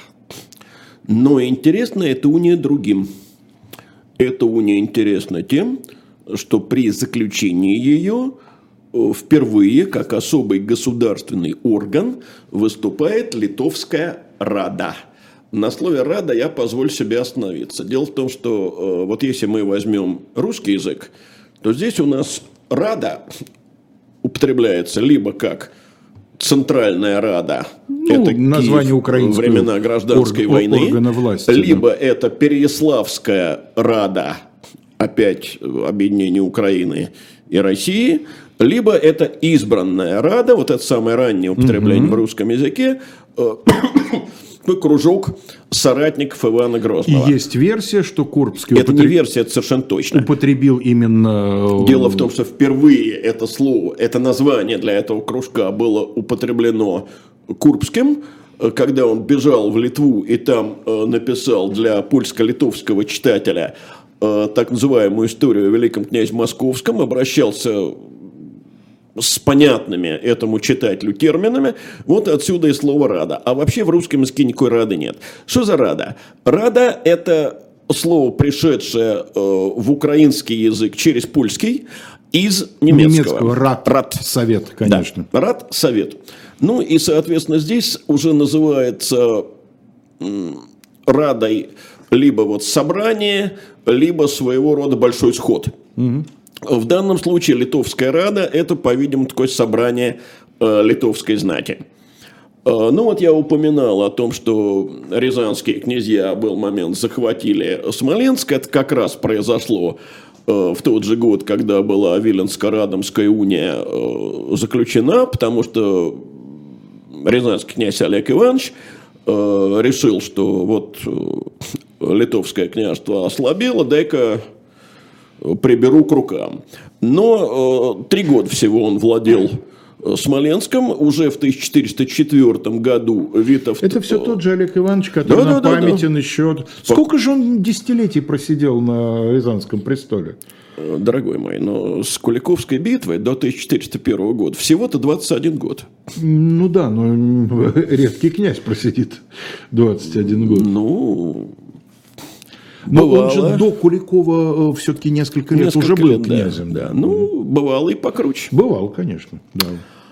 Но интересна эта уния другим. Эта уния интересна тем, что при заключении ее впервые, как особый государственный орган, выступает Литовская Рада. На слове «рада» я позволю себе остановиться. Дело в том, что вот если мы возьмем русский язык, то здесь у нас «рада» употребляется либо как Центральная Рада, ну, это название украинского времена гражданской ор- войны, власти, либо да. это Переяславская Рада, опять объединение Украины и России, либо это избранная Рада, вот это самое раннее употребление угу. в русском языке, кружок соратников Ивана Грозного. И есть версия, что Курбский это употреб... не версия, это совершенно точно. Употребил именно... Дело в том, что впервые это слово, это название для этого кружка было употреблено Курбским, когда он бежал в Литву и там написал для польско-литовского читателя так называемую историю о великом князе Московском, обращался с понятными этому читателю терминами, вот отсюда и слово «рада». А вообще в русском языке никакой рады нет. Что за рада? Рада – это слово, пришедшее э, в украинский язык через польский из немецкого. Немецкого «рад», рад. Совет, конечно. Да, рад, совет. Ну и, соответственно, здесь уже называется м, радой либо вот собрание, либо своего рода большой сход. Угу. В данном случае Литовская Рада – это, по-видимому, такое собрание э, литовской знати. Э, ну вот я упоминал о том, что рязанские князья был момент захватили Смоленск. Это как раз произошло э, в тот же год, когда была Виленско-Радомская уния э, заключена, потому что рязанский князь Олег Иванович э, решил, что вот Литовское княжество ослабело, дай-ка приберу к рукам. Но три года всего он владел Смоленском. Уже в тысяча четыреста четвёртом году Витовт... Это все тот же Олег Иванович, который да, на да, памятен да. еще... Сколько же он десятилетий просидел на Рязанском престоле? Дорогой мой, но с Куликовской битвой до тысяча четыреста первого года всего-то двадцать один год. Ну да, но редкий князь просидит двадцать один год. Ну... Но бывало. Он же до Куликова все-таки несколько лет несколько уже был лет, князем. Да, да. Ну, бывало и покруче. Бывал, конечно, да.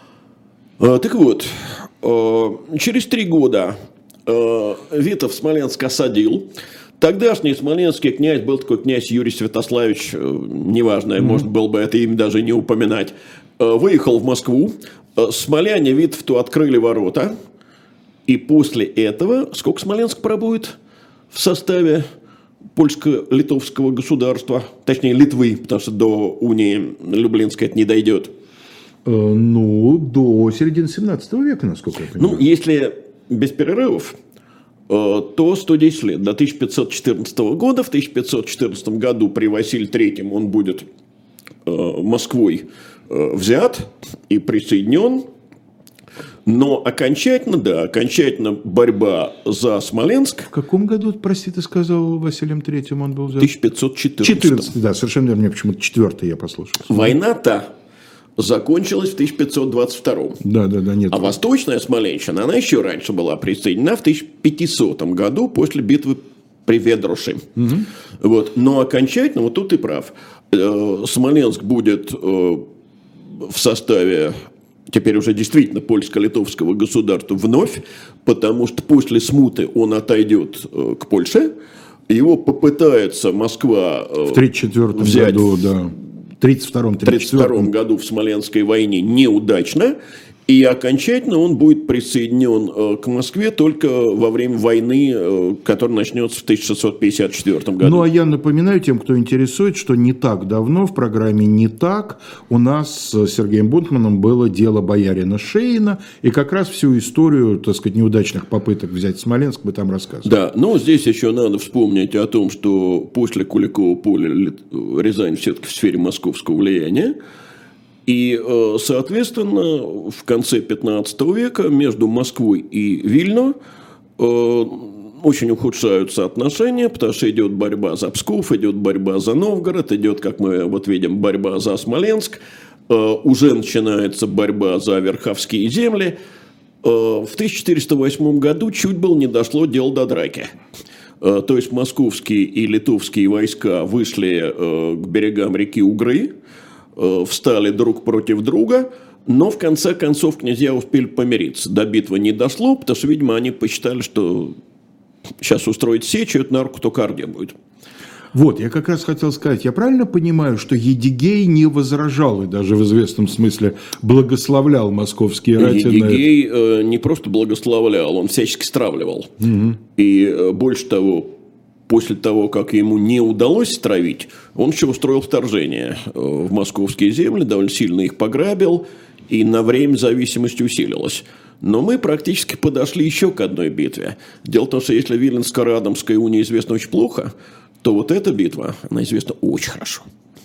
А, так вот, через три года Витовт Смоленск осадил. Тогдашний смоленский князь был такой князь Юрий Святославич, неважно, mm-hmm. может было бы это имя даже не упоминать, выехал в Москву. Смоляне Витовту открыли ворота. И после этого, сколько Смоленск пробует в составе польско-литовского государства, точнее Литвы, потому что до унии Люблинской это не дойдет. Э, ну, до середины семнадцатого века, насколько я понимаю. Ну, если без перерывов, э, то сто десять лет, до тысяча пятьсот четырнадцатого года. В тысяча пятьсот четырнадцатом году при Василии третьем он будет э, Москвой э, взят и присоединен. Но окончательно, да, окончательно борьба за Смоленск. В каком году, прости, ты сказал, Василием третьим он был взят? В тысяча пятьсот четырнадцатом. четырнадцатый, да, совершенно верно, мне почему-то четвертый я послушал. Война-то закончилась в тысяча пятьсот двадцать втором. Да, да, да, нет. А восточная Смоленщина, она еще раньше была присоединена в тысяча пятисотом году после битвы при Ведруши. Угу. Вот. Но окончательно, вот тут ты прав, Смоленск будет в составе... Теперь уже действительно польско-литовского государства вновь, потому что после смуты он отойдет к Польше, его попытается Москва в тридцать четвёртом взять году, да. тридцать втором, тридцать втором году в Смоленской войне неудачно, и окончательно он будет присоединен к Москве только во время войны, которая начнется в тысяча шестьсот пятьдесят четвёртом году. Ну, а я напоминаю тем, кто интересует, что не так давно в программе «Не так» у нас с Сергеем Бунтманом было дело боярина Шейна, и как раз всю историю, так сказать, неудачных попыток взять Смоленск мы там рассказывали. Да, но здесь еще надо вспомнить о том, что после Куликова поля Рязань все-таки в сфере московского влияния. И, соответственно, в конце пятнадцатого века между Москвой и Вильно очень ухудшаются отношения, потому что идет борьба за Псков, идет борьба за Новгород, идет, как мы вот видим, борьба за Смоленск, уже начинается борьба за Верховские земли. В тысяча четыреста восьмом году чуть было не дошло дело до драки. То есть московские и литовские войска вышли к берегам реки Угры, встали друг против друга, но в конце концов князья успели помириться. До битвы не дошло, потому что, видимо, они посчитали, что сейчас устроить сечь, это на руку только Орде будет. Вот, я как раз хотел сказать, я правильно понимаю, что Едигей не возражал и даже в известном смысле благословлял московские рати? Едигей э, не просто благословлял, он всячески стравливал. Угу. И э, больше того, после того, как ему не удалось стравить, он еще устроил вторжение в московские земли, довольно сильно их пограбил, и на время зависимость усилилась. Но мы практически подошли еще к одной битве. Дело в том, что если Виленско-Радомская уния известна очень плохо, то вот эта битва, она известна очень хорошо.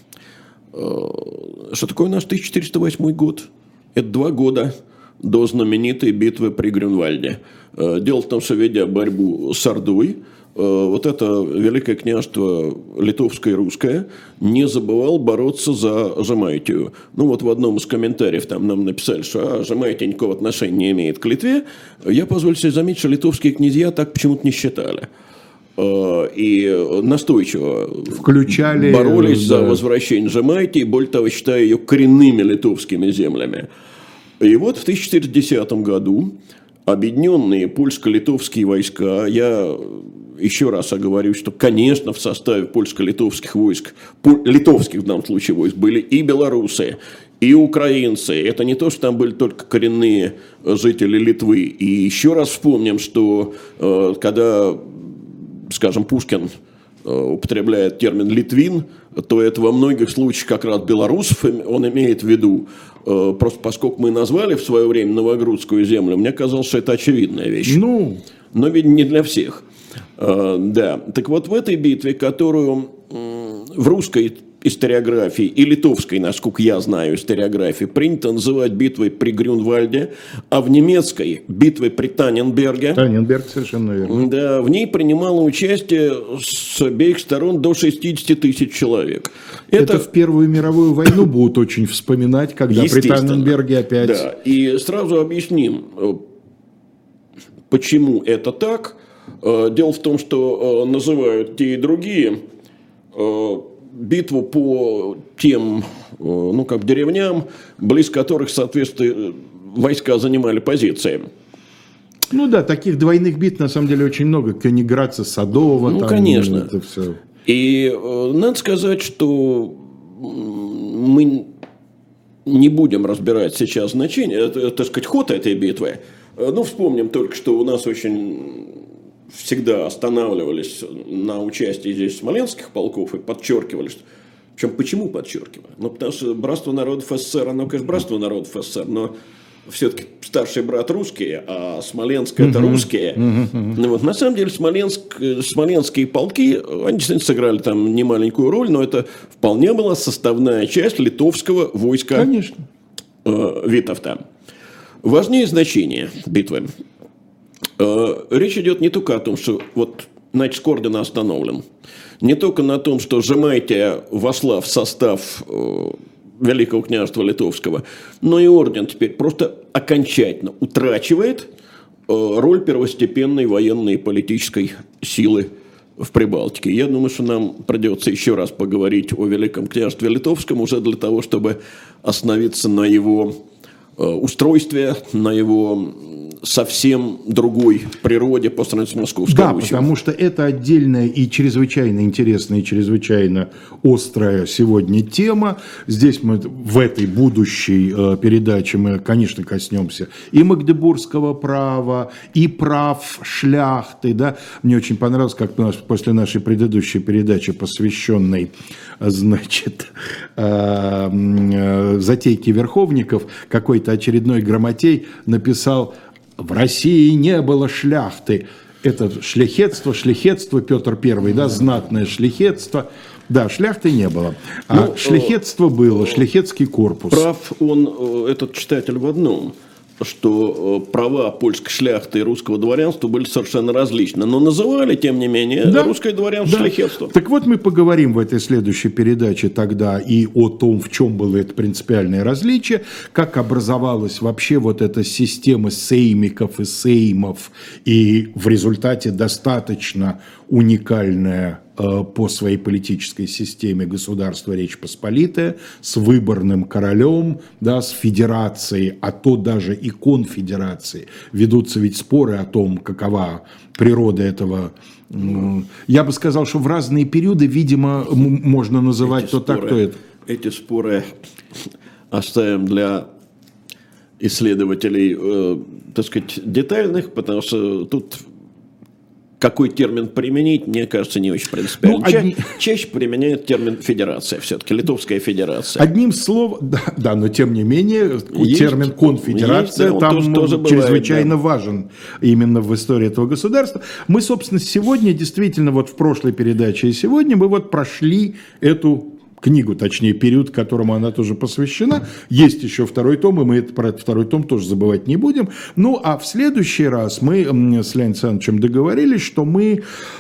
Что такое наш тысяча четыреста восьмой год? Это два года до знаменитой битвы при Грюнвальде. Дело в том, что, ведя борьбу с Ордой, вот это Великое княжество литовское и русское не забывал бороться за Жемайтию. Ну вот в одном из комментариев там нам написали, что а, Жемайтия никакого отношения не имеет к Литве. Я позволю себе заметить, что литовские князья так почему-то не считали. И настойчиво включали, боролись да, за возвращение Жемайтии, более того, считая ее коренными литовскими землями. И вот в тысяча четыреста десятом году объединенные польско-литовские войска, я еще раз оговорюсь, что, конечно, в составе польско-литовских войск, литовских в данном случае войск, были и белорусы, и украинцы. Это не то, что там были только коренные жители Литвы. И еще раз вспомним, что когда, скажем, Пушкин употребляет термин «литвин», то это во многих случаях как раз белорусов он имеет в виду. Просто поскольку мы назвали в свое время Новогрудскую землю, мне казалось, что это очевидная вещь. Ну... Но ведь не для всех. Да, так вот в этой битве, которую в русской историографии и литовской, насколько я знаю, историографии, принято называть битвой при Грюнвальде, а в немецкой битвой при Танненберге. Танненберг, совершенно верно. Да, в ней принимало участие с обеих сторон до шестьдесят тысяч человек. Это, Это в Первую мировую войну будут очень вспоминать, когда при Танненберге опять... Да, и сразу объясним, почему это так. Дело в том, что называют те и другие битву по тем, ну, как деревням, близ которых, соответственно, войска занимали позиции. Ну да, таких двойных битв на самом деле очень много. Кёнигградца, Садово. Ну, там, конечно. Это все. И э, надо сказать, что мы не будем разбирать сейчас значение, это, так сказать, ход этой битвы. Ну, вспомним только, что у нас очень... всегда останавливались на участии здесь смоленских полков и подчеркивали, что... Причем почему подчеркивали? Ну, потому что братство народов СССР, оно, конечно, братство народов СССР, но все-таки старший брат русские, а Смоленск это uh-huh. русские. Uh-huh. Ну, вот, на самом деле Смоленск, смоленские полки, они действительно сыграли там немаленькую роль, но это вполне была составная часть литовского войска. Конечно. Э, Витовта. Важнее значение битвы. Речь идет не только о том, что вот Начиск ордена остановлен, не только на том, что Жемайтия вошла в состав Великого княжества Литовского, но и орден теперь просто окончательно утрачивает роль первостепенной военной и политической силы в Прибалтике. Я думаю, что нам придется еще раз поговорить о Великом княжестве Литовском уже для того, чтобы остановиться на его устройстве, на его совсем другой природе по сравнению с Московской Да, Русью. потому что это отдельная и чрезвычайно интересная, и чрезвычайно острая сегодня тема. Здесь мы в этой будущей э, передаче мы, конечно, коснемся и магдебургского права, и прав шляхты. Да? Мне очень понравилось, как у нас после нашей предыдущей передачи, посвященной, значит, э, э, затейке верховников, какой-то очередной грамотей написал: в России не было шляхты. Это шляхетство, шляхетство Петр Первый, да, знатное шляхетство. Да, шляхты не было. А ну, шляхетство было, шляхетский корпус. Прав он, этот читатель, в одном, что права польской шляхты и русского дворянства были совершенно различны. Но называли, тем не менее, да, русское дворянство да. шляхетством. Так вот, мы поговорим в этой следующей передаче тогда и о том, в чем было это принципиальное различие, как образовалась вообще вот эта система сеймиков и сеймов, и в результате достаточно уникальная по своей политической системе государства Речь Посполитая, с выборным королем, да, с федерацией, а то даже и конфедерацией. Ведутся ведь споры о том, какова природа этого. Я бы сказал, что в разные периоды, видимо, можно называть эти то споры, так, то это. Эти споры оставим для исследователей, э, так сказать, детальных, потому что тут... Какой термин применить, мне кажется, не очень принципиально. Ну, одни... Ча- чаще применяют термин федерация, все-таки Литовская федерация. Одним словом, да, да, но тем не менее, есть, термин конфедерация есть, да, там тоже, тоже чрезвычайно бывает, да. важен именно в истории этого государства. Мы, собственно, сегодня, действительно, вот в прошлой передаче и сегодня мы вот прошли эту книгу, точнее, период, которому она тоже посвящена. Есть еще второй том, и мы про этот второй том тоже забывать не будем. Ну, а в следующий раз мы с Леонидом Александровичем договорились, что мы,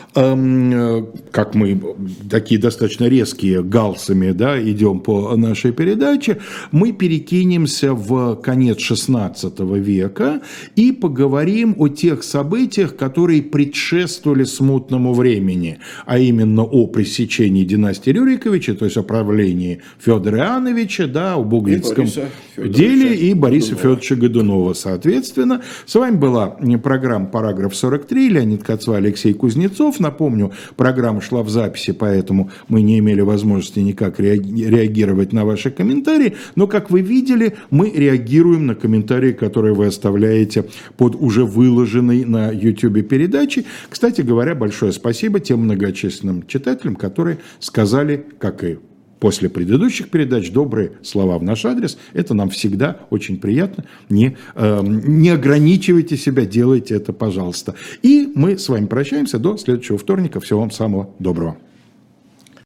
эм, как мы такие достаточно резкие галсами, да, идем по нашей передаче, мы перекинемся в конец шестнадцатого века и поговорим о тех событиях, которые предшествовали смутному времени, а именно о пресечении династии Рюриковича, то есть о правлении Федора Иоанновича, да, о Буглицком деле и Бориса Федоровича Годунова, соответственно. С вами была программа «Параграф сорок три», Леонид Кацва, Алексей Кузнецов. Напомню, программа шла в записи, поэтому мы не имели возможности никак реагировать на ваши комментарии, но, как вы видели, мы реагируем на комментарии, которые вы оставляете под уже выложенной на YouTube передачей. Кстати говоря, большое спасибо тем многочисленным читателям, которые сказали, как и после предыдущих передач добрые слова в наш адрес. Это нам всегда очень приятно. Не, э, не ограничивайте себя, делайте это, пожалуйста. И мы с вами прощаемся до следующего вторника. Всего вам самого доброго.